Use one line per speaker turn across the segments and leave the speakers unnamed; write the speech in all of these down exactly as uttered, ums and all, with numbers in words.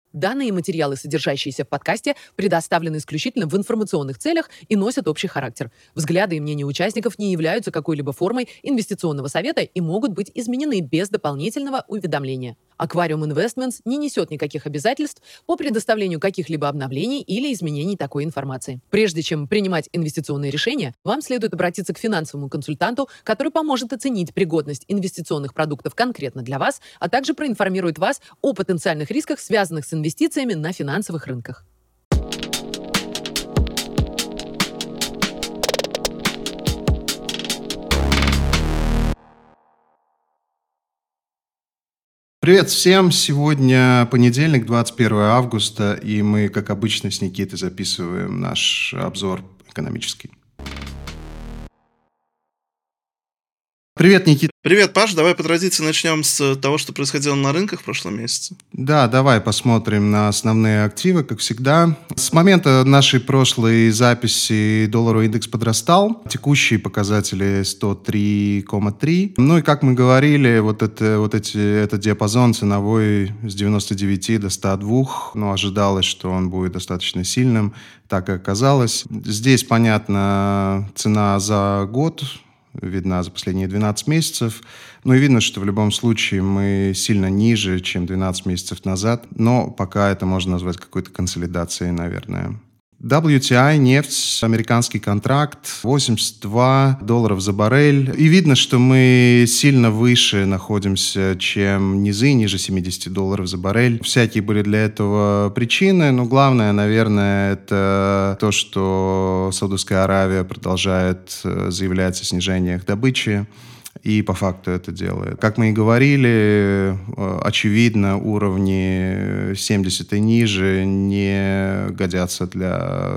Данные и материалы, содержащиеся в подкасте, предоставлены исключительно в информационных целях и носят общий характер. Взгляды и мнения участников не являются какой-либо формой инвестиционного совета и могут быть изменены без дополнительного уведомления. Аквариум Investments не несет никаких обязательств по предоставлению каких-либо обновлений или изменений такой информации. Прежде чем принимать инвестиционные решения, вам следует обратиться к финансовому консультанту, который поможет оценить пригодность инвестиционных продуктов конкретно для вас, а также проинформирует вас о потенциальных рисках, связанных с инвестициями на финансовых рынках.
Привет всем! Сегодня понедельник, двадцать первое августа, и мы, как обычно, с Никитой записываем наш обзор экономический. Привет, Никита.
Привет, Паш. Давай по традиции начнем с того, что происходило на рынках в прошлом месяце.
Да, давай посмотрим на основные активы, как всегда. С момента нашей прошлой записи долларовый индекс подрастал. Текущие показатели сто три целых три. Ну и как мы говорили, вот, это, вот эти, этот диапазон ценовой с девяноста девяти до ста двух, ну, ожидалось, что он будет достаточно сильным. Так и оказалось. Здесь, понятно, цена за год видна за последние двенадцать месяцев. Ну и видно, что в любом случае мы сильно ниже, чем двенадцать месяцев назад. Но пока это можно назвать какой-то консолидацией, наверное. дабл ю ти ай, нефть, американский контракт, восемьдесят два доллара за баррель. И видно, что мы сильно выше находимся, чем низы, ниже семидесяти долларов за баррель. Всякие были для этого причины, но главное, наверное, это то, что Саудовская Аравия продолжает заявлять о снижениях добычи. И по факту это делает. Как мы и говорили, очевидно, уровни семьдесят и ниже не годятся для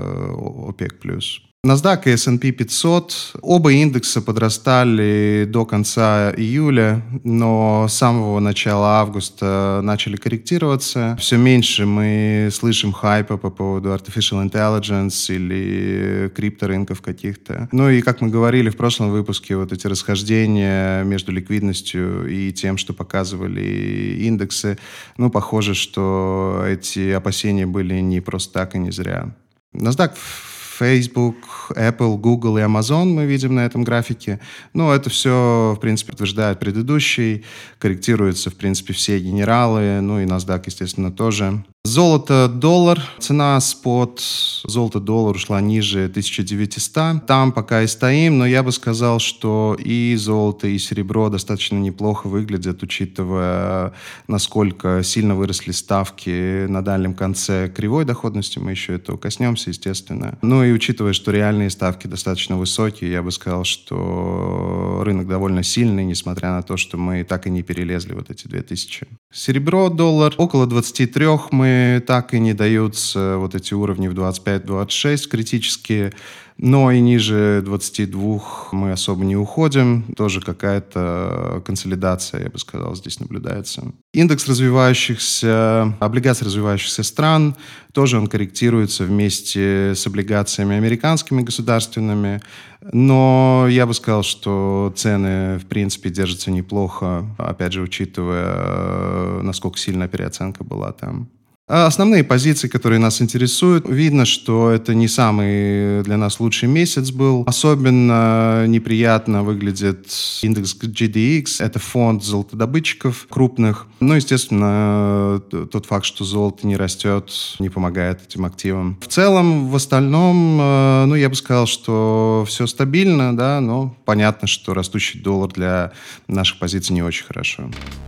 ОПЕК+. NASDAQ и эс энд пи пятьсот. Оба индекса подрастали до конца июля, но с самого начала августа начали корректироваться. Все меньше мы слышим хайпа по поводу artificial intelligence или крипторынков каких-то. Ну и, как мы говорили в прошлом выпуске, вот эти расхождения между ликвидностью и тем, что показывали индексы, ну, похоже, что эти опасения были не просто так и не зря. NASDAQ, Facebook, Apple, Google и Amazon мы видим на этом графике. Но это все, в принципе, подтверждает предыдущий. Корректируются, в принципе, все генералы. Ну и NASDAQ, естественно, тоже. Золото-доллар. Цена спот золото-доллар ушла ниже тысяча девятьсот. Там пока и стоим, но я бы сказал, что и золото, и серебро достаточно неплохо выглядят, учитывая, насколько сильно выросли ставки на дальнем конце кривой доходности. Мы еще этого коснемся, естественно. Ну и учитывая, что реальные ставки достаточно высокие, я бы сказал, что рынок довольно сильный, несмотря на то, что мы так и не перелезли вот эти две тысячи. Серебро-доллар около двадцать три мы так и не даются вот эти уровни в двадцать пять - двадцать шесть критические, но и ниже двадцати двух мы особо не уходим. Тоже какая-то консолидация, я бы сказал, здесь наблюдается. Индекс развивающихся, облигаций развивающихся стран, тоже он корректируется вместе с облигациями американскими государственными, но я бы сказал, что цены, в принципе, держатся неплохо, опять же, учитывая, насколько сильная переоценка была там. Основные позиции, которые нас интересуют, видно, что это не самый для нас лучший месяц был. Особенно неприятно выглядит индекс джи ди экс. Это фонд золотодобытчиков крупных. Ну, естественно, тот факт, что золото не растет, не помогает этим активам. В целом, в остальном, ну, я бы сказал, что все стабильно, да, но понятно, что растущий доллар для наших позиций не очень хорошо.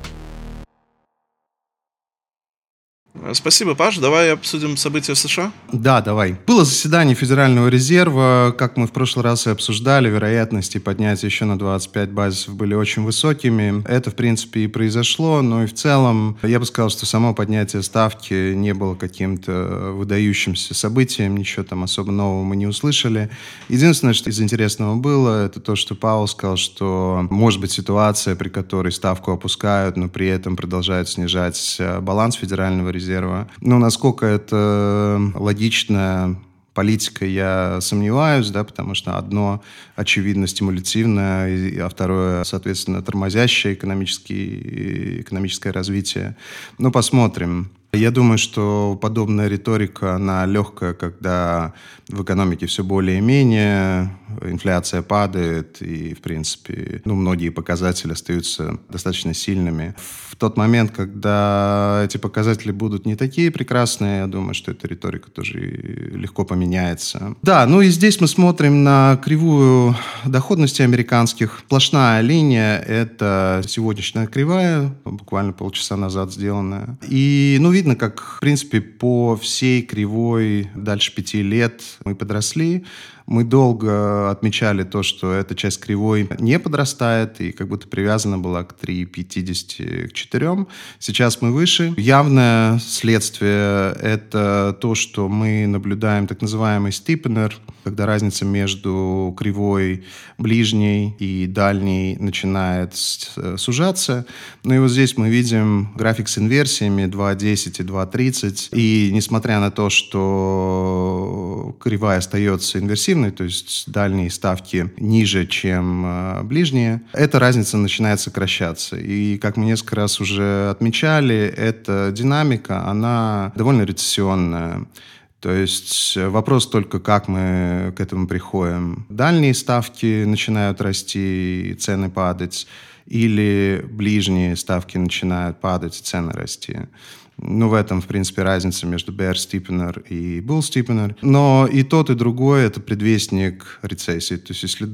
Спасибо, Паш. Давай обсудим события в США.
Да, давай. Было заседание Федерального резерва. Как мы в прошлый раз и обсуждали, вероятности поднятия еще на двадцать пять базисов были очень высокими. Это, в принципе, и произошло. Но и в целом, я бы сказал, что само поднятие ставки не было каким-то выдающимся событием. Ничего там особо нового мы не услышали. Единственное, что из интересного было, это то, что Пауэлл сказал, что может быть ситуация, при которой ставку опускают, но при этом продолжают снижать баланс Федерального резерва. Но насколько это логично, политика, я сомневаюсь, да, потому что одно, очевидно, стимулятивное, а второе, соответственно, тормозящее экономическое развитие. Но посмотрим. Я думаю, что подобная риторика, она легкая, когда в экономике все более-менее, инфляция падает, и, в принципе, ну, многие показатели остаются достаточно сильными. В тот момент, когда эти показатели будут не такие прекрасные, я думаю, что эта риторика тоже легко поменяется. Да, ну и здесь мы смотрим на кривую доходности американских. Сплошная линия – это сегодняшняя кривая, буквально полчаса назад сделанная. И, ну, видно, как, в принципе, по всей кривой дальше пяти лет мы подросли. Мы долго отмечали то, что эта часть кривой не подрастает и как будто привязана была к три пятьдесят, к четырем. Сейчас мы выше. Явное следствие – это то, что мы наблюдаем так называемый стипенер, когда разница между кривой ближней и дальней начинает сужаться. Ну и вот здесь мы видим график с инверсиями два десять и два тридцать. И несмотря на то, что кривая остается инверсивной, то есть дальние ставки ниже, чем э, ближние, эта разница начинает сокращаться. И, как мы несколько раз уже отмечали, эта динамика, она довольно рецессионная. То есть вопрос только, как мы к этому приходим. Дальние ставки начинают расти, и цены падать, или ближние ставки начинают падать, и цены расти. Ну, в этом, в принципе, разница между bear steepener и bull steepener. Но и тот, и другой – это предвестник рецессии. То есть, если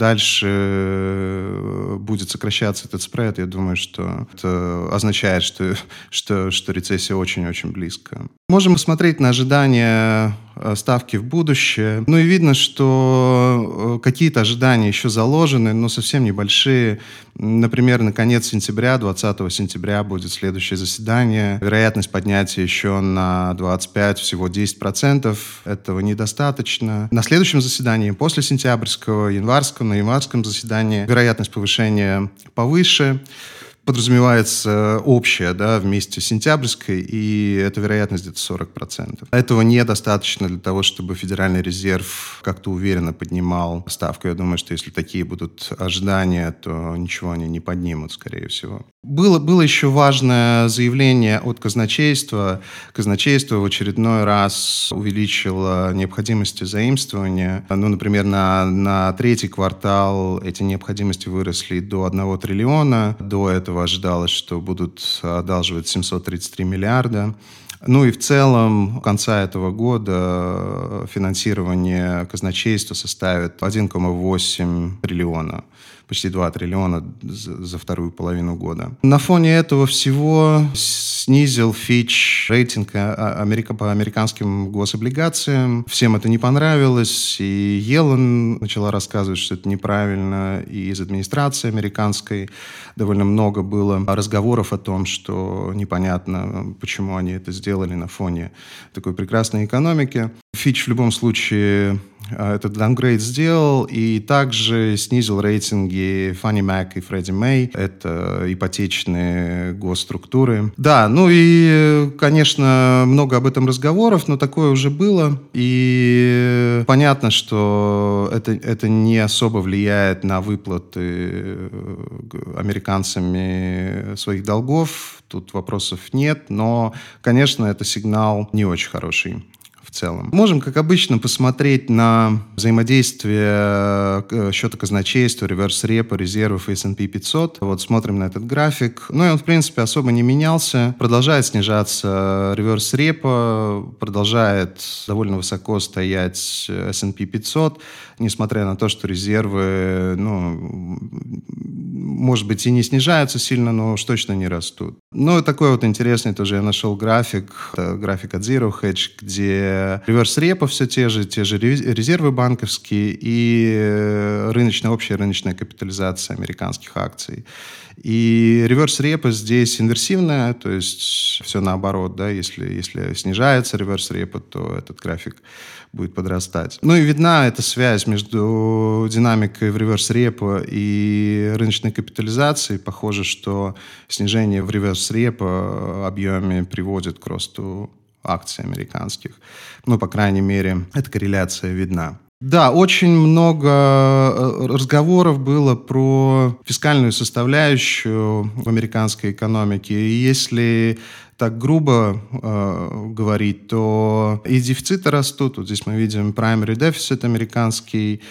дальше будет сокращаться этот спред, я думаю, что это означает, что, что, что рецессия очень-очень близко. Можем смотреть на ожидания ставки в будущее. Ну и видно, что какие-то ожидания еще заложены, но совсем небольшие. Например, на конец сентября, двадцатого сентября будет следующее заседание. Вероятность поднятия еще на двадцать пять, всего десять процентов. Этого недостаточно. На следующем заседании, после сентябрьского, январского, на январском заседании вероятность повышения повыше. Подразумевается общая, да, вместе с сентябрьской, и эта вероятность где-то сорок процентов. Этого недостаточно для того, чтобы Федеральный резерв как-то уверенно поднимал ставку. Я думаю, что если такие будут ожидания, то ничего они не поднимут, скорее всего. Было, было еще важное заявление от казначейства. Казначейство в очередной раз увеличило необходимости заимствования. Ну, например, на, на третий квартал эти необходимости выросли до одного триллиона. До этого ожидалось, что будут одалживать семьсот тридцать три миллиарда. Ну и в целом, к концу этого года финансирование казначейства составит один целых восемь триллиона. Почти два триллиона за, за вторую половину года. На фоне этого всего снизил Fitch рейтинг Америка, по американским гособлигациям. Всем это не понравилось, и Йеллен начала рассказывать, что это неправильно, и из администрации американской довольно много было разговоров о том, что непонятно, почему они это сделали на фоне такой прекрасной экономики. Fitch в любом случае этот даунгрейд сделал и также снизил рейтинги Fannie Mae и Freddie Mae. Это ипотечные госструктуры. Да, ну и, конечно, много об этом разговоров, но такое уже было. И понятно, что это, это не особо влияет на выплаты американцами своих долгов. Тут вопросов нет, но, конечно, это сигнал не очень хороший. В целом. Можем, как обычно, посмотреть на взаимодействие счета казначейства, реверс-репо, резервов и эс энд пи пятьсот. Вот смотрим на этот график. Ну и он, в принципе, особо не менялся. Продолжает снижаться реверс-репо, продолжает довольно высоко стоять эс энд пи пятьсот, несмотря на то, что резервы, ну, может быть, и не снижаются сильно, но уж точно не растут. Ну, такой вот интересный тоже я нашел график, график от Zero Hedge, где реверс-репо все те же, те же резервы банковские и рыночная, общая рыночная капитализация американских акций. И реверс-репо здесь инверсивная, то есть все наоборот, да, если, если снижается реверс-репо, то этот график будет подрастать. Ну и видна эта связь между динамикой в реверс-репо и рыночной капитализацией. Похоже, что снижение в реверс-репо объеме приводит к росту акций американских. Ну, по крайней мере, эта корреляция видна. Да, очень много разговоров было про фискальную составляющую в американской экономике. И если так грубо э, говорить, то и дефициты растут. Вот здесь мы видим primary deficit американский,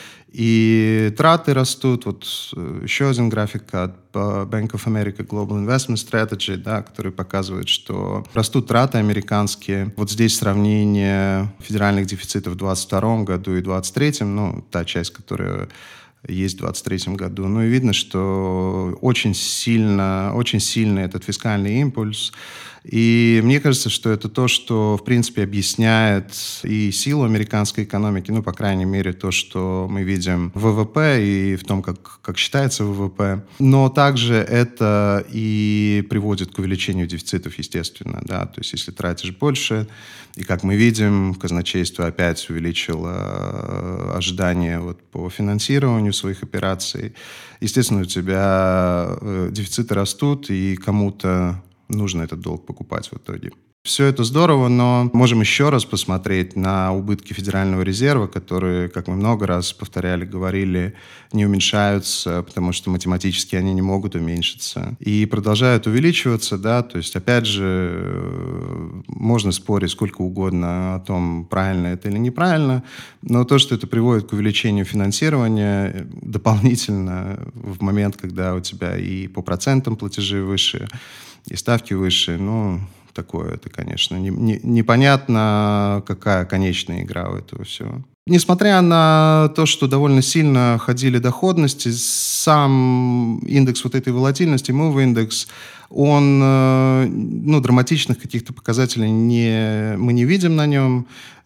и траты растут. Вот еще один график от Bank of America Global Investment Strategy, да, который показывает, что растут траты американские. Вот здесь сравнение федеральных дефицитов в двадцать втором году и двадцать третьем, ну, та часть, которая есть в двадцать третьем году. Ну и видно, что очень сильно, очень сильный этот фискальный импульс. И мне кажется, что это то, что, в принципе, объясняет и силу американской экономики, ну, по крайней мере, то, что мы видим в ВВП и в том, как, как считается ВВП. Но также это и приводит к увеличению дефицитов, естественно, да, то есть если тратишь больше, и, как мы видим, казначейство опять увеличило ожидания вот по финансированию своих операций. Естественно, у тебя дефициты растут, и кому-то нужно этот долг покупать в итоге. Все это здорово, но можем еще раз посмотреть на убытки Федерального резерва, которые, как мы много раз повторяли, говорили, не уменьшаются, потому что математически они не могут уменьшиться. И продолжают увеличиваться, да, то есть, опять же, можно спорить сколько угодно о том, правильно это или неправильно, но то, что это приводит к увеличению финансирования дополнительно в момент, когда у тебя и по процентам платежи выше, и ставки выше, ну, такое это, конечно, не, не, непонятно, какая конечная игра у этого всего. Несмотря на то, что довольно сильно ходили доходности, сам индекс вот этой волатильности, Move индекс, он, ну, драматичных каких-то показателей не, мы не видим на нем,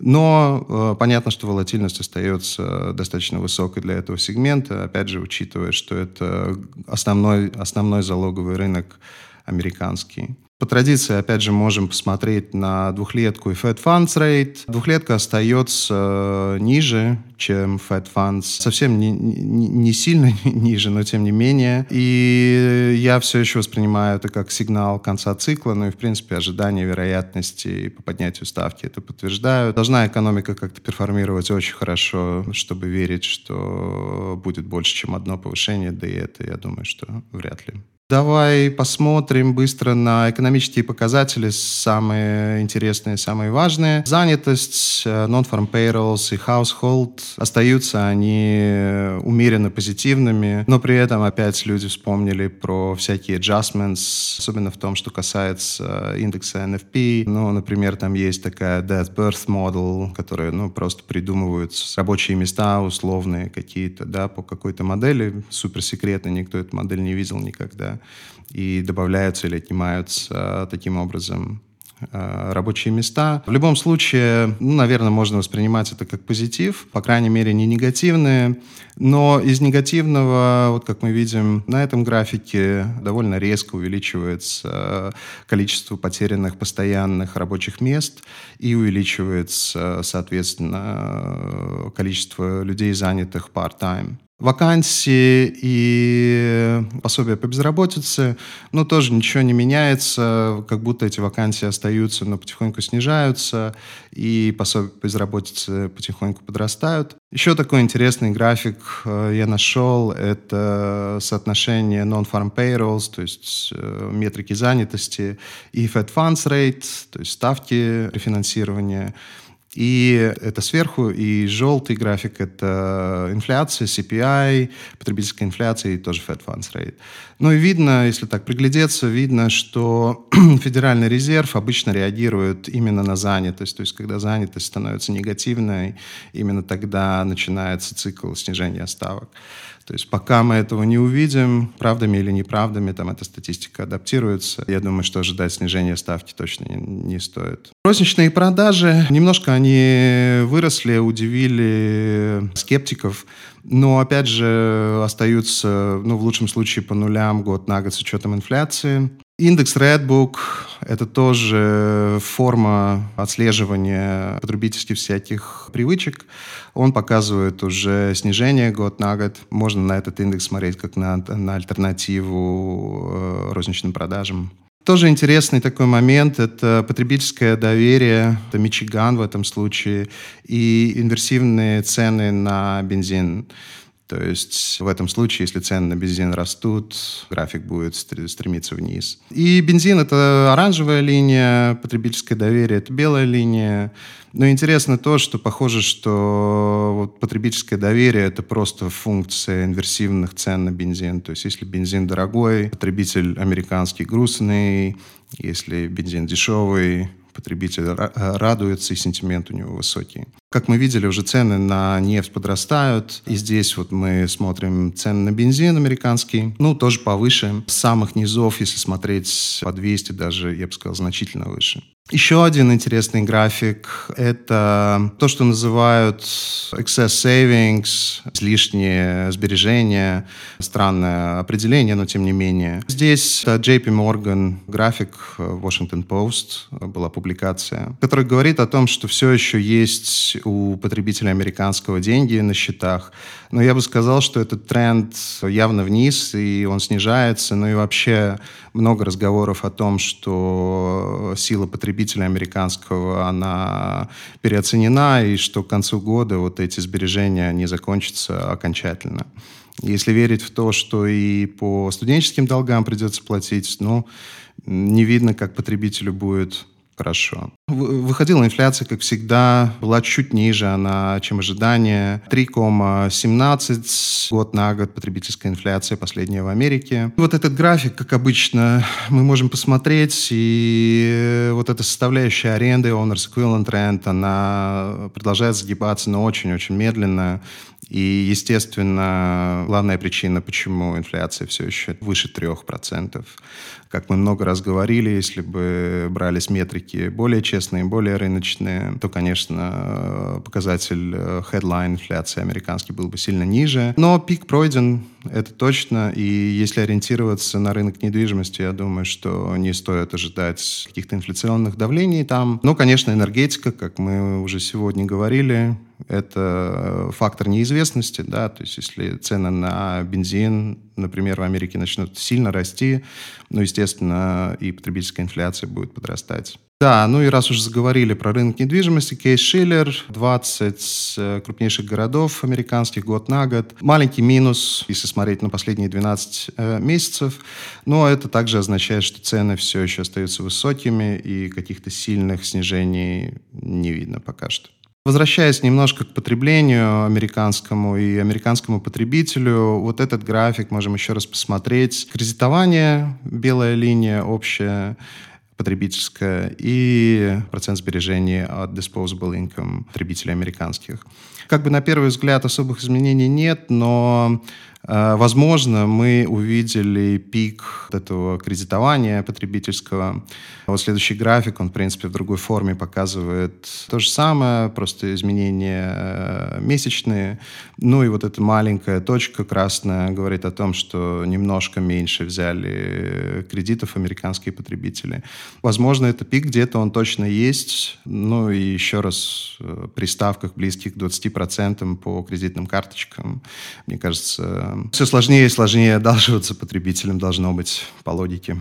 но понятно, что волатильность остается достаточно высокой для этого сегмента, опять же, учитывая, что это основной, основной залоговый рынок американский. По традиции, опять же, можем посмотреть на двухлетку и Fed Funds Rate. Двухлетка остается ниже, чем Fed Funds. Совсем не, не, не сильно ниже, но тем не менее. И я все еще воспринимаю это как сигнал конца цикла. Ну и, в принципе, ожидания вероятности по поднятию ставки это подтверждают. Должна экономика как-то перформировать очень хорошо, чтобы верить, что будет больше, чем одно повышение. Да и это, я думаю, что вряд ли. Давай посмотрим быстро на экономические показатели, самые интересные, самые важные. Занятость, non-farm payrolls и household остаются они умеренно позитивными, но при этом опять люди вспомнили про всякие adjustments, особенно в том, что касается индекса эн эф пи. Ну, например, там есть такая death birth model, которая, ну, просто придумывают рабочие места условные какие-то, да, по какой-то модели, суперсекретно, никто эту модель не видел никогда. И добавляются или отнимаются таким образом рабочие места. В любом случае, ну, наверное, можно воспринимать это как позитив, по крайней мере, не негативные. Но из негативного, вот как мы видим на этом графике, довольно резко увеличивается количество потерянных постоянных рабочих мест и увеличивается, соответственно, количество людей, занятых part-time. Вакансии и пособия по безработице, ну, тоже ничего не меняется, как будто эти вакансии остаются, но потихоньку снижаются, и пособия по безработице потихоньку подрастают. Еще такой интересный график я нашел, это соотношение non-farm payrolls, то есть метрики занятости, и Fed Funds Rate, то есть ставки рефинансирования. И это сверху, и желтый график — это инфляция, си пи ай, потребительская инфляция и тоже Fed Funds Rate. Ну и видно, если так приглядеться, видно, что Федеральный резерв обычно реагирует именно на занятость. То есть когда занятость становится негативной, именно тогда начинается цикл снижения ставок. То есть пока мы этого не увидим, правдами или неправдами, там эта статистика адаптируется. Я думаю, что ожидать снижения ставки точно не, не стоит. Розничные продажи, немножко они выросли, удивили скептиков, но, опять же, остаются, ну, в лучшем случае, по нулям год на год с учетом инфляции. Индекс Redbook – это тоже форма отслеживания потребительских всяких привычек. Он показывает уже снижение год на год. Можно на этот индекс смотреть как на, на альтернативу э, розничным продажам. Тоже интересный такой момент – это потребительское доверие, это Мичиган в этом случае, и инверсивные цены на бензин. То есть в этом случае, если цены на бензин растут, график будет стремиться вниз. И бензин – это оранжевая линия, потребительское доверие – это белая линия. Но интересно то, что похоже, что вот потребительское доверие – это просто функция инверсивных цен на бензин. То есть если бензин дорогой, потребитель американский грустный, если бензин дешевый, потребитель радуется, и сентимент у него высокий. Как мы видели, уже цены на нефть подрастают. И здесь вот мы смотрим цены на бензин американский. Ну, тоже повыше. С самых низов, если смотреть по двести, даже, я бы сказал, значительно выше. Еще один интересный график – это то, что называют excess savings, излишние сбережения. Странное определение, но тем не менее. Здесь джей пи Morgan график, Washington Post, была публикация, которая говорит о том, что все еще есть у потребителя американского деньги на счетах. Но я бы сказал, что этот тренд явно вниз, и он снижается. Ну и вообще много разговоров о том, что сила потребителя американского, она переоценена, и что к концу года вот эти сбережения не закончатся окончательно. Если верить в то, что и по студенческим долгам придется платить, ну, не видно, как потребителю будет хорошо. Выходила инфляция, как всегда, была чуть ниже она, чем ожидание. три целых семнадцать сотых год на год потребительская инфляция, последняя в Америке. Вот этот график, как обычно, мы можем посмотреть, и вот эта составляющая аренды, Owners Equivalent Rent, она продолжает загибаться, но очень-очень медленно. И, естественно, главная причина, почему инфляция все еще выше трех процентов. Как мы много раз говорили, если бы брались метрики более честные, более рыночные, то, конечно, показатель headline инфляции американский был бы сильно ниже. Но пик пройден, это точно. И если ориентироваться на рынок недвижимости, я думаю, что не стоит ожидать каких-то инфляционных давлений там. Но, конечно, энергетика, как мы уже сегодня говорили, это фактор неизвестности, да, то есть если цены на бензин, например, в Америке начнут сильно расти, ну, естественно, и потребительская инфляция будет подрастать. Да, ну и раз уже заговорили про рынок недвижимости, Кейс-Шиллер, двадцать крупнейших городов американских год на год. Маленький минус, если смотреть на последние двенадцать э, месяцев, но это также означает, что цены все еще остаются высокими, и каких-то сильных снижений не видно пока что. Возвращаясь немножко к потреблению американскому и американскому потребителю, вот этот график можем еще раз посмотреть. Кредитование, белая линия общая, потребительская, и процент сбережений от disposable income потребителей американских. Как бы на первый взгляд особых изменений нет, но э, возможно, мы увидели пик этого кредитования потребительского. Вот следующий график, он, в принципе, в другой форме показывает то же самое, просто изменения э, месячные. Ну и вот эта маленькая точка красная говорит о том, что немножко меньше взяли кредитов американские потребители. Возможно, это пик, где-то он точно есть. Ну и еще раз, э, при ставках близких к двадцати процентам по кредитным карточкам, мне кажется, все сложнее и сложнее одалживаться потребителям должно быть по логике.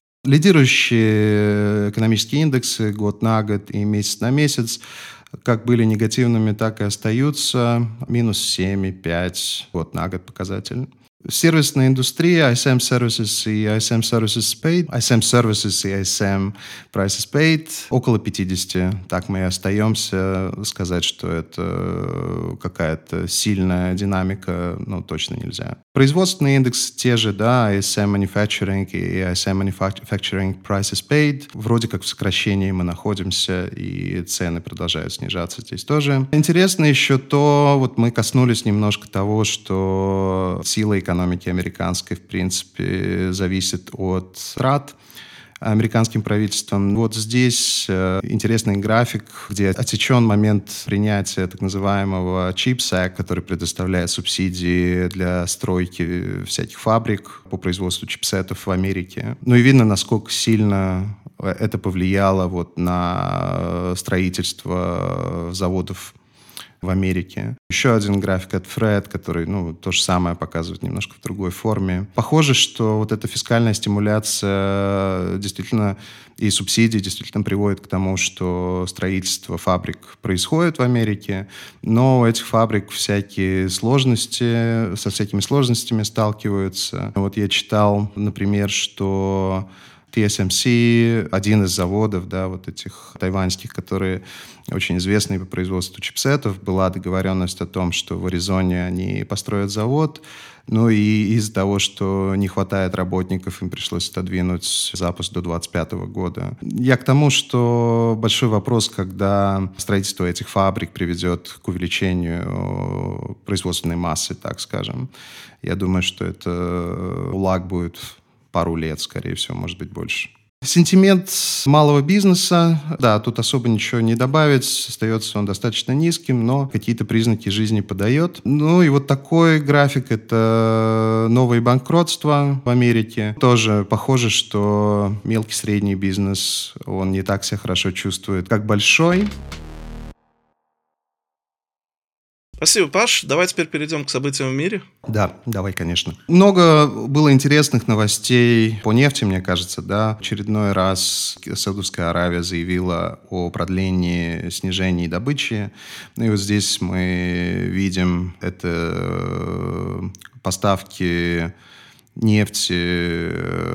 Лидирующие экономические индексы год на год и месяц на месяц как были негативными, так и остаются. Минус семь и пять год на год показатель. Сервисная индустрия, ай эс эм Services и ай эс эм Services Paid, ай эс эм Services и ай эс эм Prices Paid около пятьдесят. Так мы и остаемся. Сказать, что это какая-то сильная динамика, ну, точно нельзя. Производственный индекс те же, да, ай эс эм Manufacturing и ай эс эм Manufacturing Prices Paid. Вроде как в сокращении мы находимся, и цены продолжают снижаться здесь тоже. Интересно еще то, вот мы коснулись немножко того, что сила экономики экономики американской, в принципе, зависит от трат американским правительством. Вот здесь э, интересный график, где отсечен момент принятия так называемого чипс Act, который предоставляет субсидии для стройки всяких фабрик по производству чипсетов в Америке. Ну и видно, насколько сильно это повлияло вот на строительство заводов в Америке. Еще один график от Фред, который, ну, то же самое показывает немножко в другой форме. Похоже, что вот эта фискальная стимуляция действительно и субсидии действительно приводит к тому, что строительство фабрик происходит в Америке, но у этих фабрик всякие сложности, со всякими сложностями сталкиваются. Вот я читал, например, что ти эс эм си, один из заводов, да, вот этих тайваньских, которые очень известны по производству чипсетов, была договоренность о том, что в Аризоне они построят завод, ну и из-за того, что не хватает работников, им пришлось отодвинуть запуск до двадцать пятого года. Я к тому, что большой вопрос, когда строительство этих фабрик приведет к увеличению производственной массы, так скажем. Я думаю, что это лаг будет пару лет, скорее всего, может быть, больше. Сентимент малого бизнеса, да, тут особо ничего не добавить, остается он достаточно низким, но какие-то признаки жизни подает. Ну и вот такой график – это новые банкротства в Америке. Тоже похоже, что мелкий средний бизнес, он не так себя хорошо чувствует, как большой.
Спасибо, Паш. Давай теперь перейдем к событиям в мире.
Да, давай, конечно. Много было интересных новостей по нефти, мне кажется, да. Очередной раз Саудовская Аравия заявила о продлении снижении добычи. Ну и вот здесь мы видим это поставки нефти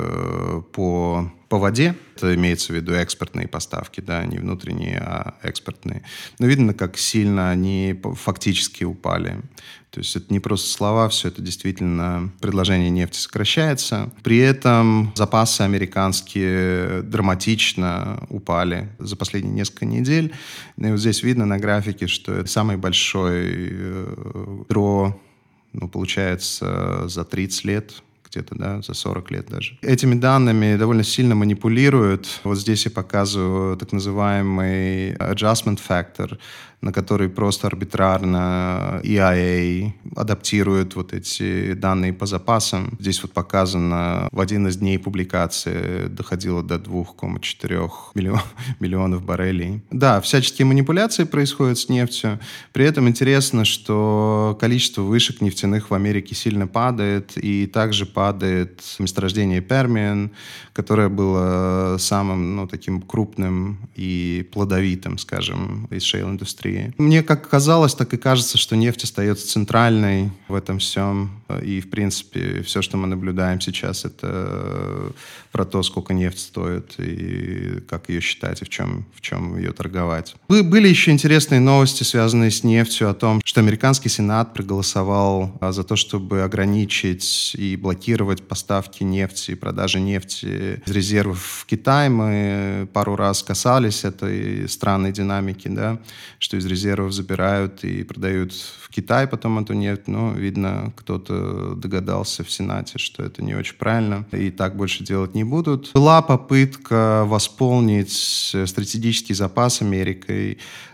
по, по воде. Это имеется в виду экспортные поставки, да, не внутренние, а экспортные. Но видно, как сильно они фактически упали. То есть это не просто слова, все это действительно предложение нефти сокращается. При этом запасы американские драматично упали за последние несколько недель. И вот здесь видно на графике, что это самый большой дро, ну, получается, за тридцать лет. Где-то, да, за сорок лет даже. Этими данными довольно сильно манипулируют. Вот здесь я показываю так называемый adjustment factor, на который просто арбитрарно и ай эй адаптирует вот эти данные по запасам. Здесь вот показано, в один из дней публикации доходило до двух целых четырёх миллионов баррелей. Да, всяческие манипуляции происходят с нефтью. При этом интересно, что количество вышек нефтяных в Америке сильно падает, и также падает месторождение Пермиан, которое было самым, ну, таким крупным и плодовитым, скажем, из шейл-индустрии. Мне как казалось, так и кажется, что нефть остается центральной в этом всем. И, в принципе, все, что мы наблюдаем сейчас, это про то, сколько нефть стоит и как ее считать, и в чем, в чем ее торговать. Были еще интересные новости, связанные с нефтью, о том, что американский Сенат проголосовал за то, чтобы ограничить и блокировать поставки нефти и продажи нефти из резервов в Китай. Мы пару раз касались этой странной динамики, да, что из резервов забирают и продают в Китай потом эту нефть. Но, видно, кто-то догадался в Сенате, что это не очень правильно, и так больше делать не будут. Была попытка восполнить стратегический запас Америкой,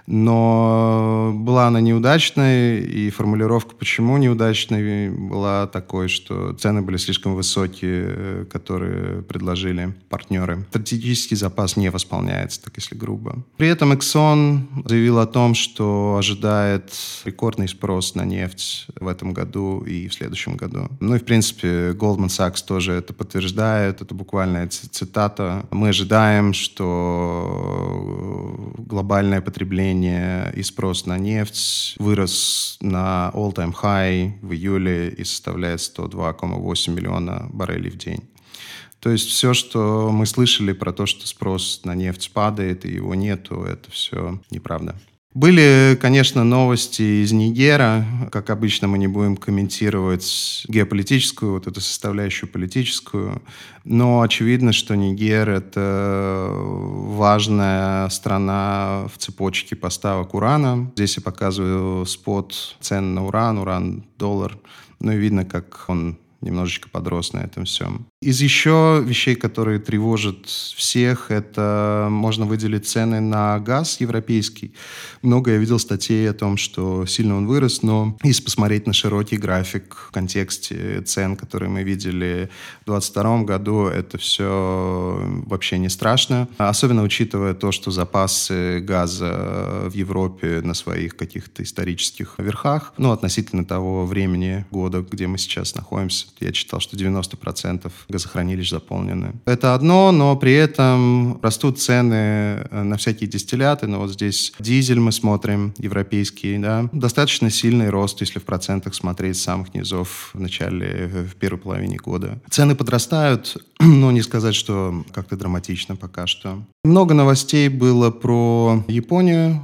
но была она неудачной, и формулировка, почему неудачной, была такой, что цены были слишком высокие, которые предложили партнеры. Стратегический запас не восполняется, так если грубо. При этом Exxon заявил о том, что ожидает рекордный спрос на нефть в этом году и в следующем году. Ну и, в принципе, Goldman Sachs тоже это подтверждает. Это буквальная цитата. Мы ожидаем, что глобальное потребление и спрос на нефть вырос на all-time high в июле и составляет сто два целых восемь миллиона баррелей в день. То есть все, что мы слышали про то, что спрос на нефть падает и его нету, это все неправда. Были, конечно, новости из Нигера. Как обычно, мы не будем комментировать геополитическую, вот эту составляющую политическую, но очевидно, что Нигер – это важная страна в цепочке поставок урана. Здесь я показываю спот цен на уран, уран-доллар. Ну и видно, как он немножечко подрос на этом всем. Из еще вещей, которые тревожат всех, это можно выделить цены на газ европейский. Много я видел статей о том, что сильно он вырос, но если посмотреть на широкий график в контексте цен, которые мы видели в двадцать втором году, это все вообще не страшно. Особенно учитывая то, что запасы газа в Европе на своих каких-то исторических верхах, ну, относительно того времени года, где мы сейчас находимся, я читал, что девяносто процентов газохранилищ заполнены. Это одно, но при этом растут цены на всякие дистилляты. Но вот здесь дизель мы смотрим, европейский, да, достаточно сильный рост, если в процентах смотреть с самых низов в начале, в первой половине года. Цены подрастают, но не сказать, что как-то драматично пока что. Много новостей было про Японию.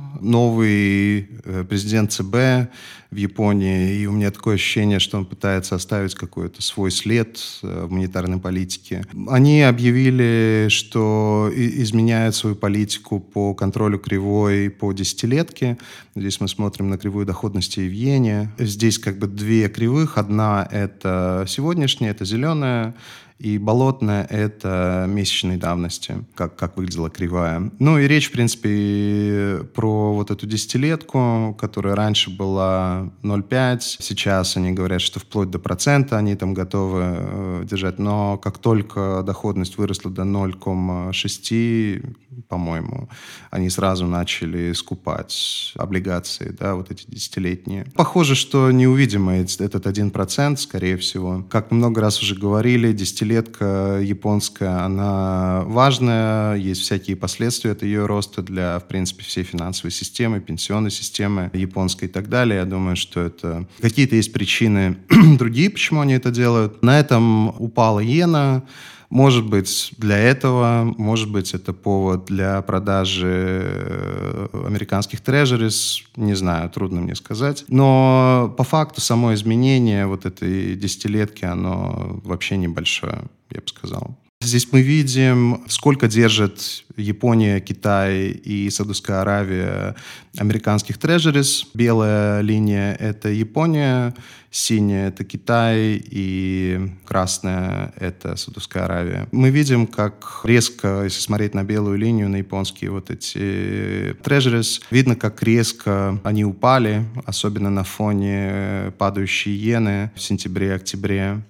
Новый президент ЦБ в Японии, и у меня такое ощущение, что он пытается оставить какой-то свой след в монетарной политике. Они объявили, что изменяют свою политику по контролю кривой по десятилетке. Здесь мы смотрим на кривую доходности в иене. Здесь как бы две кривых. Одна — это сегодняшняя, это зеленая, и болотная — это месячной давности, как, как выглядела кривая. Ну и речь, в принципе, про вот эту десятилетку, которая раньше была ноль целых пять десятых. Сейчас они говорят, что вплоть до процента они там готовы э, держать. Но как только доходность выросла до ноль целых шесть десятых, по-моему, они сразу начали скупать облигации, да, вот эти десятилетние. Похоже, что не увидим этот один процент, скорее всего. Как мы много раз уже говорили, десятилетка японская, она важная, есть всякие последствия от ее роста для, в принципе, всей финансовой системы, пенсионной системы японской и так далее. Я думаю, что это какие-то есть причины другие, почему они это делают. На этом упала иена. Может быть, для этого, может быть, это повод для продажи американских трежерис, не знаю, трудно мне сказать. Но по факту само изменение вот этой десятилетки, оно вообще небольшое, я бы сказал. Здесь мы видим, сколько держит Япония, Китай и Саудовская Аравия американских трежерис. Белая линия — это Япония, синяя — это Китай, и красная — это Саудовская Аравия. Мы видим, как резко, если смотреть на белую линию, на японские вот эти трежерис, видно, как резко они упали, особенно на фоне падающей иены в сентябре-октябре.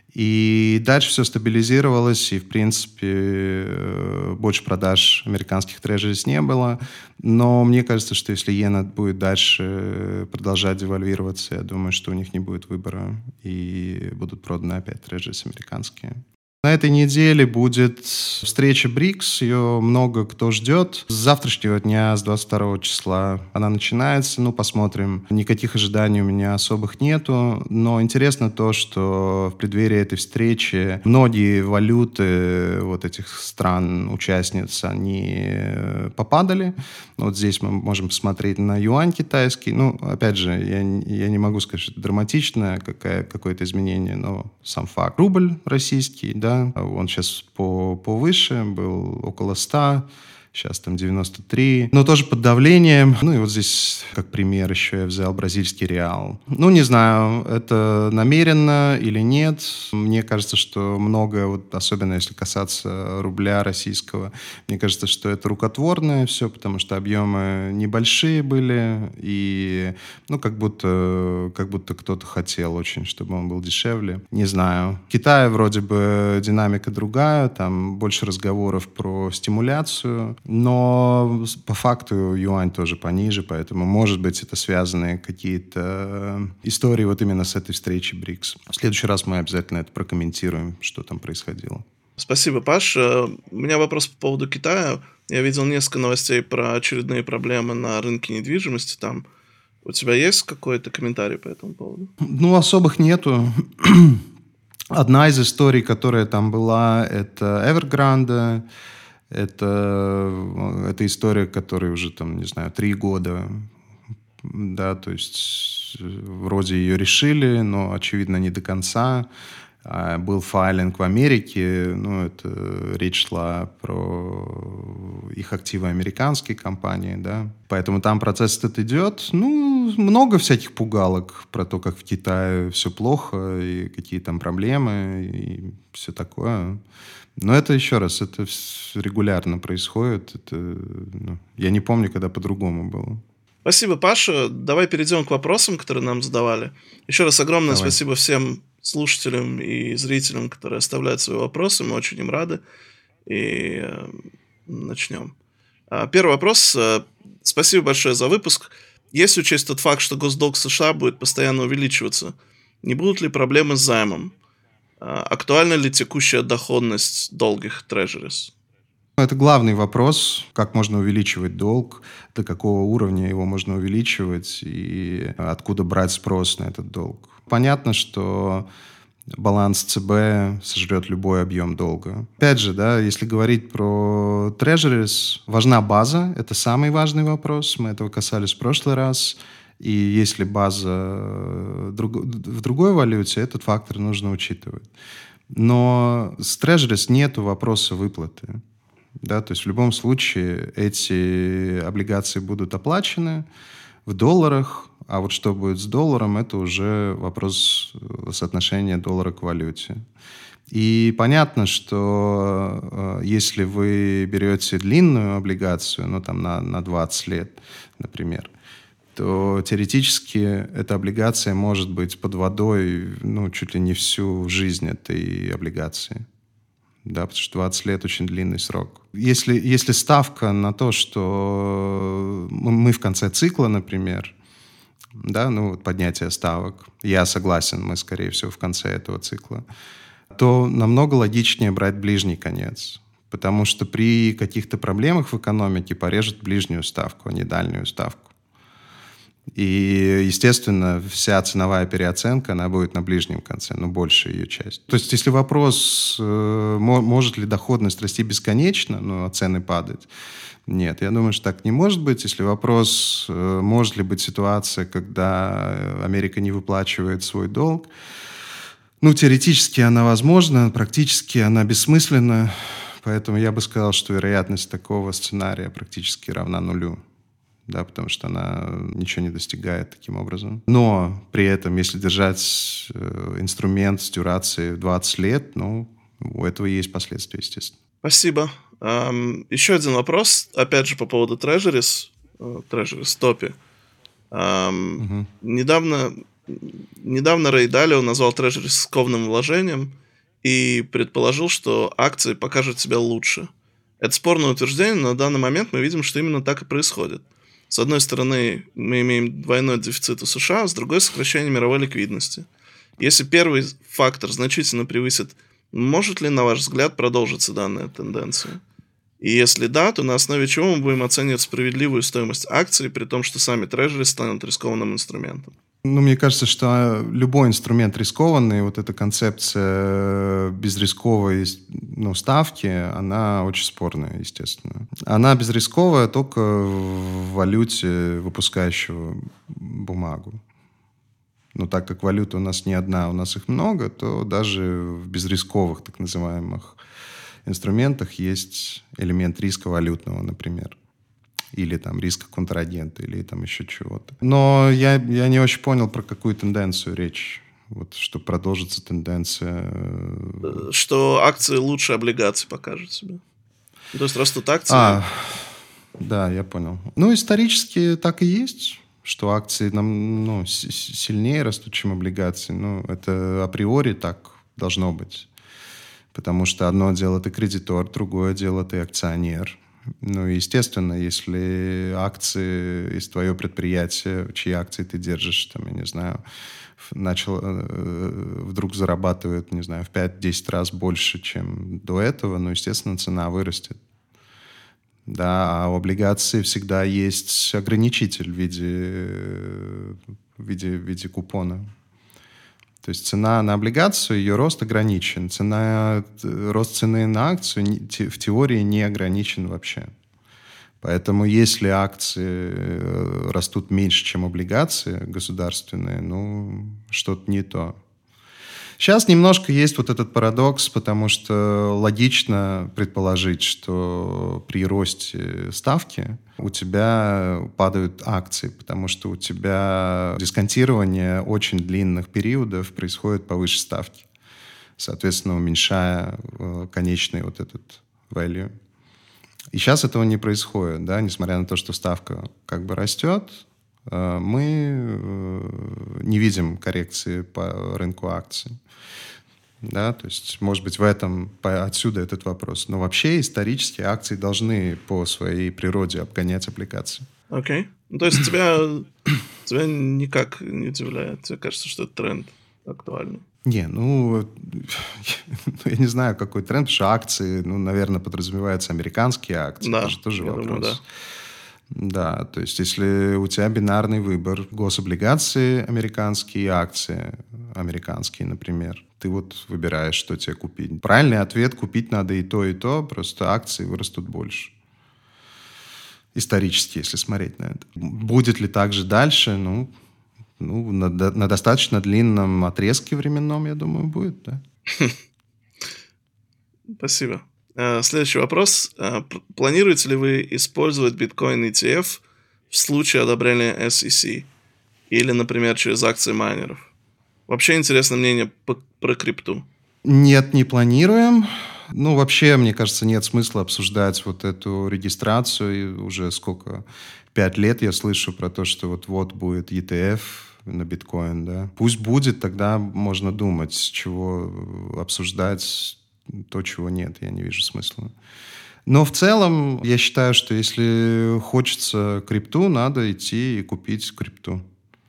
И дальше все стабилизировалось, и, в принципе, больше продаж американских трежерис не было. Но мне кажется, что если иена будет дальше продолжать девальвироваться, я думаю, что у них не будет выбора, и будут проданы опять трежерис американские. На этой неделе будет встреча БРИКС, ее много кто ждет. С завтрашнего дня, с двадцать второго числа она начинается, ну, посмотрим. Никаких ожиданий у меня особых нету, но интересно то, что в преддверии этой встречи многие валюты вот этих стран-участниц, они попадали. Вот здесь мы можем посмотреть на юань китайский. Ну, опять же, я, я не могу сказать, что это драматичное какое- какое-то изменение, но сам факт. Рубль российский, да, он сейчас по, повыше, был около ста, сейчас там девяносто три, но тоже под давлением. Ну и вот здесь, как пример, еще я взял бразильский реал. Ну, не знаю, это намеренно или нет. Мне кажется, что многое, вот, особенно если касаться рубля российского, мне кажется, что это рукотворное все, потому что объемы небольшие были, и, ну, как будто, как будто кто-то хотел очень, чтобы он был дешевле. Не знаю. В Китае вроде бы динамика другая, там больше разговоров про стимуляцию, но по факту юань тоже пониже, поэтому, может быть, это связанные какие-то истории вот именно с этой встречи БРИКС. В следующий раз мы обязательно это прокомментируем, что там происходило.
Спасибо, Паш. У меня вопрос по поводу Китая. Я видел несколько новостей про очередные проблемы на рынке недвижимости там. У тебя есть какой-то комментарий по этому поводу?
Ну, особых нету. Одна из историй, которая там была, это Evergrande. Это, это история, которая уже, там, не знаю, три года, да, то есть вроде ее решили, но, очевидно, не до конца. Был файлинг в Америке, ну, это речь шла про их активы американские компании, да, поэтому там процесс этот идет. Ну, Ну, много всяких пугалок про то, как в Китае все плохо, и какие там проблемы, и все такое. Но это, еще раз, это вс- регулярно происходит. Это, ну, я не помню, когда по-другому было.
Спасибо, Паша. Давай перейдем к вопросам, которые нам задавали. Еще раз огромное
Давай.
спасибо всем слушателям и зрителям, которые оставляют свои вопросы. Мы очень им рады. И э, начнем. А, Первый вопрос. Э, Спасибо большое за выпуск. Если учесть тот факт, что госдолг США будет постоянно увеличиваться, не будут ли проблемы с займом? А, Актуальна ли текущая доходность долгих трежерис?
Это главный вопрос, как можно увеличивать долг, до какого уровня его можно увеличивать и откуда брать спрос на этот долг. Понятно, что баланс ЦБ сожрет любой объем долга. Опять же, да, если говорить про трежерис, важна база, это самый важный вопрос, мы этого касались в прошлый раз. И если база друг, в другой валюте, этот фактор нужно учитывать. Но с трежерис нету вопроса выплаты. Да, то есть в любом случае эти облигации будут оплачены в долларах, а вот что будет с долларом, это уже вопрос соотношения доллара к валюте. И понятно, что э, если вы берете длинную облигацию, ну там на, на двадцать лет, например, то теоретически эта облигация может быть под водой, ну, чуть ли не всю жизнь этой облигации. Да, потому что двадцать лет очень длинный срок. Если, если ставка на то, что мы в конце цикла, например, да, ну, вот поднятие ставок, я согласен, мы, скорее всего, в конце этого цикла, то намного логичнее брать ближний конец. Потому что при каких-то проблемах в экономике порежут ближнюю ставку, а не дальнюю ставку. И, естественно, вся ценовая переоценка, она будет на ближнем конце, ну, большая ее часть. То есть, если вопрос, э, может ли доходность расти бесконечно, ну, а цены падать, нет, я думаю, что так не может быть. Если вопрос, э, может ли быть ситуация, когда Америка не выплачивает свой долг, ну, теоретически она возможна, практически она бессмысленна, поэтому я бы сказал, что вероятность такого сценария практически равна нулю. Да, потому что она ничего не достигает таким образом. Но при этом, если держать э, инструмент с дюрацией двадцать лет, ну, у этого есть последствия, естественно.
Спасибо. Ам, еще один вопрос, опять же, по поводу трежерис, трежерис топи. Ам,
Угу.
Недавно, недавно Рэй Далио назвал трежерис рискованным вложением и предположил, что акции покажут себя лучше. Это спорное утверждение, но на данный момент мы видим, что именно так и происходит. С одной стороны, мы имеем двойной дефицит у США, а с другой — сокращение мировой ликвидности. Если первый фактор значительно превысит, может ли, на ваш взгляд, продолжиться данная тенденция? И если да, то на основе чего мы будем оценивать справедливую стоимость акций, при том, что сами трежери станут рискованным инструментом?
Ну, мне кажется, что любой инструмент рискованный, вот эта концепция безрисковой, ну, ставки, она очень спорная, естественно. Она безрисковая только в валюте, выпускающего бумагу. Но так как валюта у нас не одна, у нас их много, то даже в безрисковых, так называемых, инструментах есть элемент риска валютного, например. Или там риска контрагента, или там еще чего-то. Но я, я не очень понял, про какую тенденцию речь. Вот, что продолжится тенденция...
Что акции лучше облигаций покажут себя. То есть растут акции...
А, да, я понял. Ну, исторически так и есть, что акции нам, ну, с- сильнее растут, чем облигации. Ну, это априори так должно быть. Потому что одно дело ты кредитор, другое дело ты акционер. Ну, естественно, если акции из твоего предприятия, чьи акции ты держишь, там, я не знаю, начал, э, вдруг зарабатывает, не знаю, в пять-десять раз больше, чем до этого, ну, естественно, цена вырастет. Да, а у облигаций всегда есть ограничитель в виде, в виде, в виде купона. То есть цена на облигацию, ее рост ограничен. Цена, рост цены на акцию в теории не ограничен вообще. Поэтому если акции растут меньше, чем облигации государственные, ну, что-то не то. Сейчас немножко есть вот этот парадокс, потому что логично предположить, что при росте ставки у тебя падают акции, потому что у тебя дисконтирование очень длинных периодов происходит повыше ставки, соответственно, уменьшая э, конечный вот этот value. И сейчас этого не происходит, да, несмотря на то, что ставка как бы растет, э, мы э, не видим коррекции по рынку акций. Да, то есть, может быть, в этом, по, отсюда этот вопрос. Но вообще исторически акции должны по своей природе обгонять облигации.
Окей. Okay. Ну, то есть тебя, тебя никак не удивляет? Тебе кажется, что это тренд актуальный?
Не, ну, я не знаю, какой тренд, потому что акции, ну, наверное, подразумеваются американские акции.
Да,
это же тоже
я
вопрос.
думаю, да.
Да, то есть если у тебя бинарный выбор, гособлигации американские, акции американские, например, ты вот выбираешь, что тебе купить. Правильный ответ — купить надо и то, и то, просто акции вырастут больше. Исторически, если смотреть на это. Будет ли так же дальше? Ну, ну на, на достаточно длинном отрезке временном, я думаю, будет, да.
Спасибо. Следующий вопрос. Планируете ли вы использовать биткоин и ти эф в случае одобрения эс и си? Или, например, через акции майнеров? Вообще интересно мнение по- про крипту.
Нет, не планируем. Ну, вообще, мне кажется, нет смысла обсуждать вот эту регистрацию. И уже сколько? Пять лет я слышу про то, что вот-вот будет и ти эф на биткоин, да. Пусть будет, тогда можно думать, с чего обсуждать то, чего нет, я не вижу смысла. Но в целом, я считаю, что если хочется крипту, надо идти и купить крипту.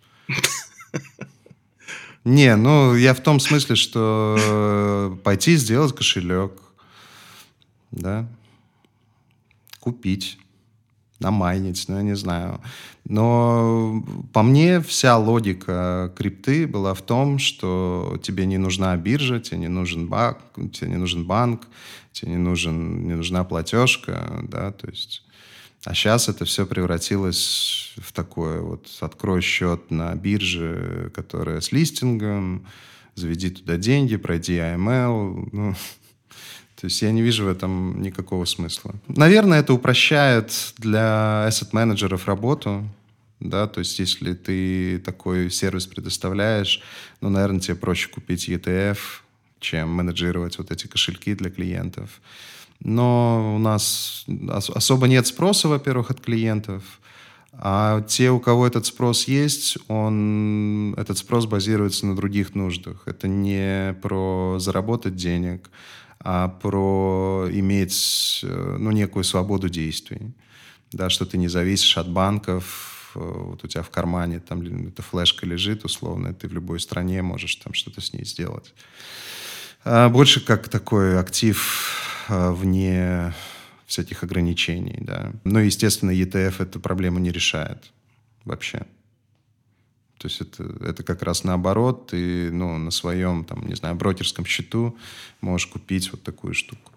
Не, ну, я в том смысле, что пойти сделать кошелек, да, купить, намайнить, ну, я не знаю. Но по мне вся логика крипты была в том, что тебе не нужна биржа, тебе не нужен банк, тебе не нужен банк, тебе не, нужен, не нужна платежка, да, то есть... А сейчас это все превратилось в такое вот: открой счет на бирже, которая с листингом, заведи туда деньги, пройди эй эм эл, ну... То есть я не вижу в этом никакого смысла. Наверное, это упрощает для asset-менеджеров работу, да, то есть если ты такой сервис предоставляешь, ну, наверное, тебе проще купить и ти эф, чем менеджировать вот эти кошельки для клиентов. Но у нас особо нет спроса, во-первых, от клиентов, а те, у кого этот спрос есть, он, этот спрос базируется на других нуждах. Это не про заработать денег, а про иметь, ну, некую свободу действий, да, что ты не зависишь от банков, вот у тебя в кармане там эта флешка лежит, условно, ты в любой стране можешь там что-то с ней сделать. А больше как такой актив вне всяких ограничений, да. Но, естественно, и ти эф эту проблему не решает вообще. То есть это, это как раз наоборот. Ты, ну, на своем, там, не знаю, брокерском счету можешь купить вот такую штуку.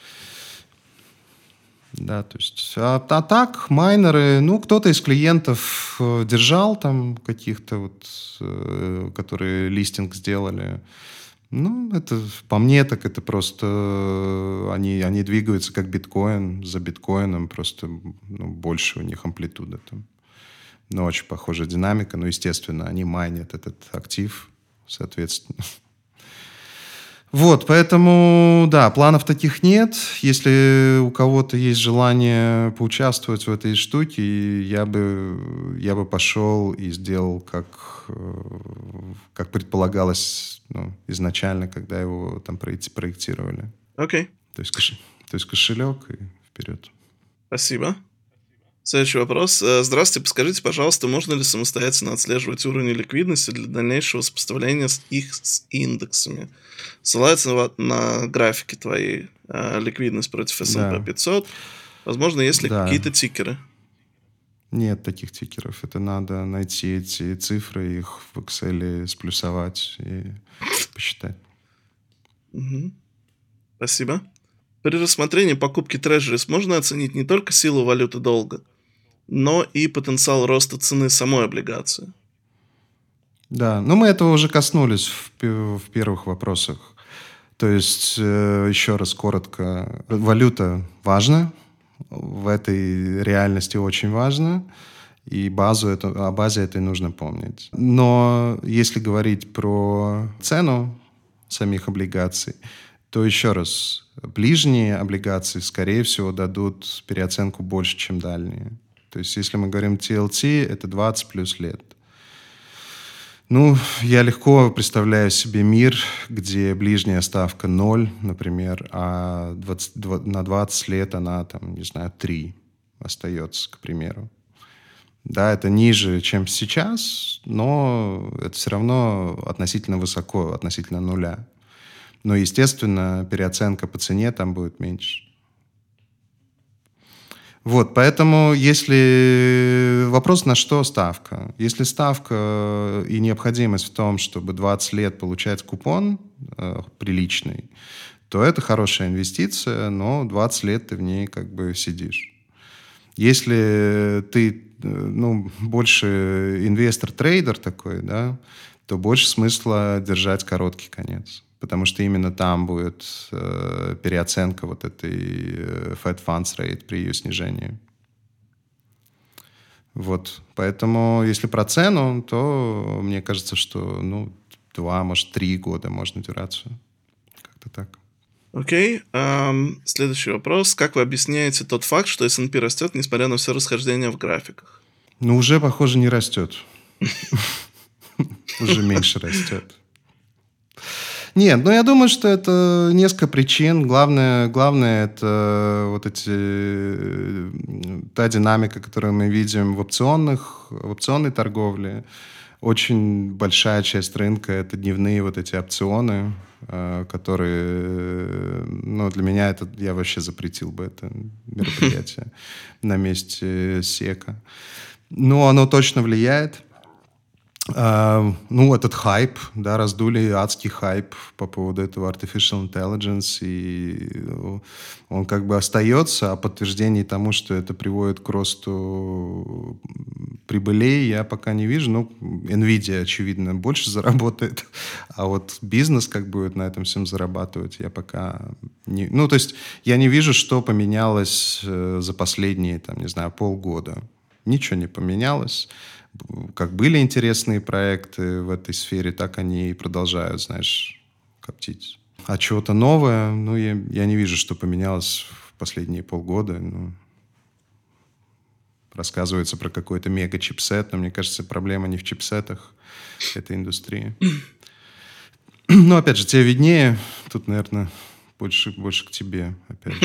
Да, то есть... А, а так, майнеры, ну, кто-то из клиентов держал там каких-то вот, э, которые листинг сделали. Ну, это, по мне, так это просто... Они, они двигаются как биткоин, за биткоином, просто, ну, больше у них амплитуда там. Ну, очень похожая динамика. Ну, естественно, они майнят этот актив, соответственно. Вот, поэтому, да, планов таких нет. Если у кого-то есть желание поучаствовать в этой штуке, я бы, я бы пошел и сделал, как, как предполагалось, ну, изначально, когда его там проектировали.
Окей. Okay.
То есть, кош... то есть кошелек и вперед.
Спасибо. Следующий вопрос. Здравствуйте, подскажите, пожалуйста, можно ли самостоятельно отслеживать уровень ликвидности для дальнейшего сопоставления с их с индексами? Ссылается на, на графики твоей э, ликвидность против эс энд пи пятьсот. Возможно, есть ли да. какие-то тикеры?
Нет таких тикеров. Это надо найти эти цифры, их в Excel сплюсовать и посчитать.
Угу. Спасибо. При рассмотрении покупки Treasuries можно оценить не только силу валюты долга, но и потенциал роста цены самой облигации.
Да, ну мы этого уже коснулись в, в первых вопросах. То есть, э, еще раз коротко, валюта важна, в этой реальности очень важна, и базу эту, о базе этой нужно помнить. Но если говорить про цену самих облигаций, то еще раз, ближние облигации, скорее всего, дадут переоценку больше, чем дальние. То есть, если мы говорим ти эл ти, это двадцать плюс лет. Ну, я легко представляю себе мир, где ближняя ставка ноль, например, а двадцать, на двадцать лет она, там, не знаю, три остается, к примеру. Да, это ниже, чем сейчас, но это все равно относительно высоко, относительно нуля. Но, естественно, переоценка по цене там будет меньше. Вот, поэтому если вопрос, на что ставка? Если ставка и необходимость в том, чтобы двадцать лет получать купон э, приличный, то это хорошая инвестиция, но двадцать лет ты в ней как бы сидишь. Если ты ну, больше инвестор-трейдер такой, да, то больше смысла держать короткий конец. Потому что именно там будет э, переоценка вот этой э, Fed Funds Rate при ее снижении. Вот. Поэтому, если про цену, то мне кажется, что ну, два, может, три года можно дюрацию. Как-то так.
Окей. Okay. Um, следующий вопрос. Как вы объясняете тот факт, что эс энд пи растет, несмотря на все расхождения в графиках?
Ну, уже, похоже, не растет. Уже меньше растет. Нет, ну я думаю, что это несколько причин. Главное, главное это вот эти та динамика, которую мы видим в опционных, в опционной торговле. Очень большая часть рынка — это дневные вот эти опционы, которые, ну, для меня это, я вообще запретил бы это мероприятие на месте сека. Но оно точно влияет. Uh, ну, этот хайп, да, раздули адский хайп по поводу этого artificial intelligence, и он как бы остается, а подтверждений тому, что это приводит к росту прибылей, я пока не вижу. Ну, Nvidia, очевидно, больше заработает, а вот бизнес как будет на этом всем зарабатывать, я пока не... Ну, то есть я не вижу, что поменялось за последние, там, не знаю, полгода. Ничего не поменялось. Как были интересные проекты в этой сфере, так они и продолжают, знаешь, коптить. А чего-то новое, ну, я, я не вижу, что поменялось в последние полгода. Ну, рассказывается про какой-то мега-чипсет, но мне кажется, проблема не в чипсетах этой индустрии. Ну, опять же, тебе виднее. Тут, наверное, больше, больше к тебе, опять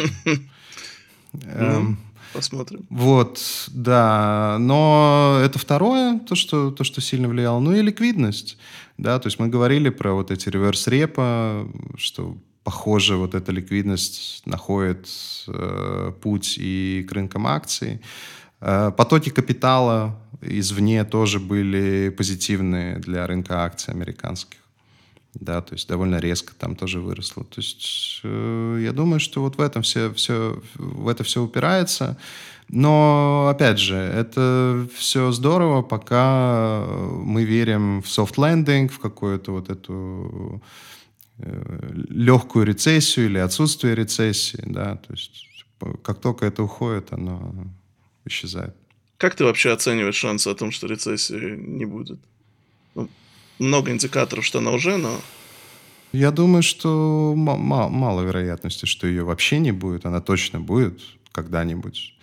же.
Посмотрим.
Вот, да. Но это второе, то что, то, что сильно влияло. Ну и ликвидность. Да, то есть мы говорили про вот эти реверс-репо, что, похоже, вот эта ликвидность находит э, путь и к рынкам акций. Э, потоки капитала извне тоже были позитивные для рынка акций американских. Да, то есть довольно резко там тоже выросло. То есть э, я думаю, что вот в этом все, все, в это все упирается. Но, опять же, это все здорово, пока мы верим в soft landing, в какую-то вот эту э, легкую рецессию или отсутствие рецессии. Да, то есть как только это уходит, оно исчезает.
Как ты вообще оцениваешь шансы о том, что рецессии не будет? Ну, много индикаторов, что она уже, но...
Я думаю, что м- м- мало вероятности, что ее вообще не будет. Она точно будет когда-нибудь.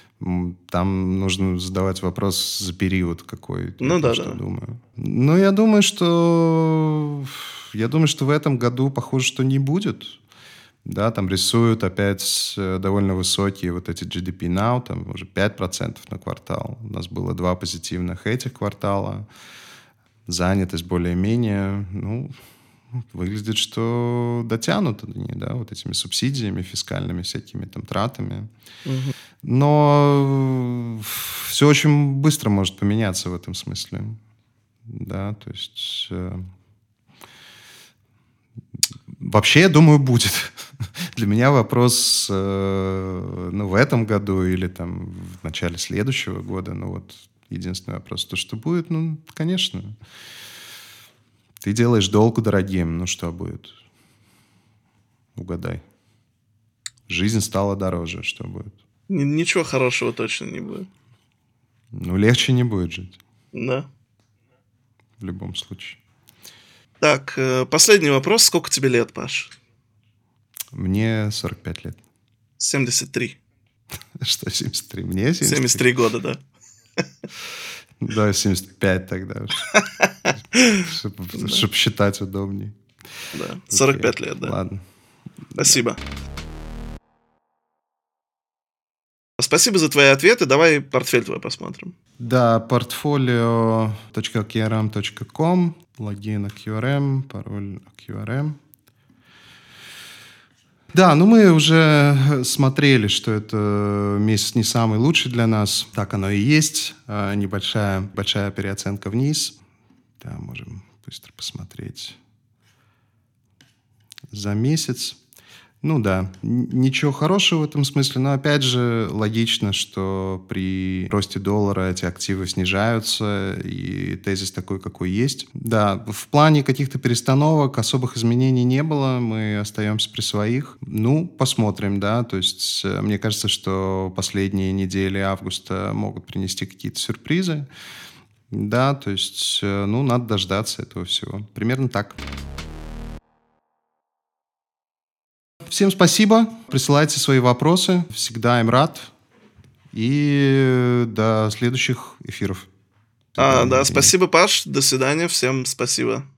Там нужно задавать вопрос за период какой.
Ну да,
что
да.
Думаю. Но я думаю, что... Я думаю, что в этом году, похоже, что не будет. Да, там рисуют опять довольно высокие вот эти джи ди пи Now, там уже пять процентов на квартал. У нас было два позитивных этих квартала. Занятость более-менее, ну, выглядит, что дотянут они, да, вот этими субсидиями, фискальными всякими там тратами.
Угу.
Но все очень быстро может поменяться в этом смысле. Да, то есть... Э, вообще, я думаю, будет. Для меня вопрос, э, ну, в этом году или там в начале следующего года, ну, вот единственный вопрос, то, что будет, ну, конечно. Ты делаешь долг дорогим. Ну, что будет? Угадай. Жизнь стала дороже. Что будет?
Ничего хорошего точно не будет.
Ну, легче не будет жить.
Да.
В любом случае.
Так, последний вопрос. Сколько тебе лет, Паш?
Мне сорок пять лет.
семьдесят три.
Что семьдесят три? Мне семьдесят три?
семьдесят три года, да.
Да, семьдесят пять тогда. Чтобы считать удобнее.
Да, сорок пять лет, да.
Ладно.
Спасибо. Спасибо за твои ответы. Давай портфель твой посмотрим.
Да, портфолио точка кью ар эм точка ком, логин кью ар эм, пароль кью ар эм. Да, ну мы уже смотрели, что это месяц не самый лучший для нас. Так оно и есть. Небольшая большая переоценка вниз. Да, можем быстро посмотреть за месяц. Ну да, ничего хорошего в этом смысле, но опять же логично, что при росте доллара эти активы снижаются, и тезис такой, какой есть. Да, в плане каких-то перестановок особых изменений не было, мы остаемся при своих. Ну, посмотрим, да, то есть мне кажется, что последние недели августа могут принести какие-то сюрпризы. Да, то есть, ну, надо дождаться этого всего. Примерно так. Всем спасибо. Присылайте свои вопросы. Всегда им рад. И до следующих эфиров.
А, да, спасибо, Паш. До свидания. Всем спасибо.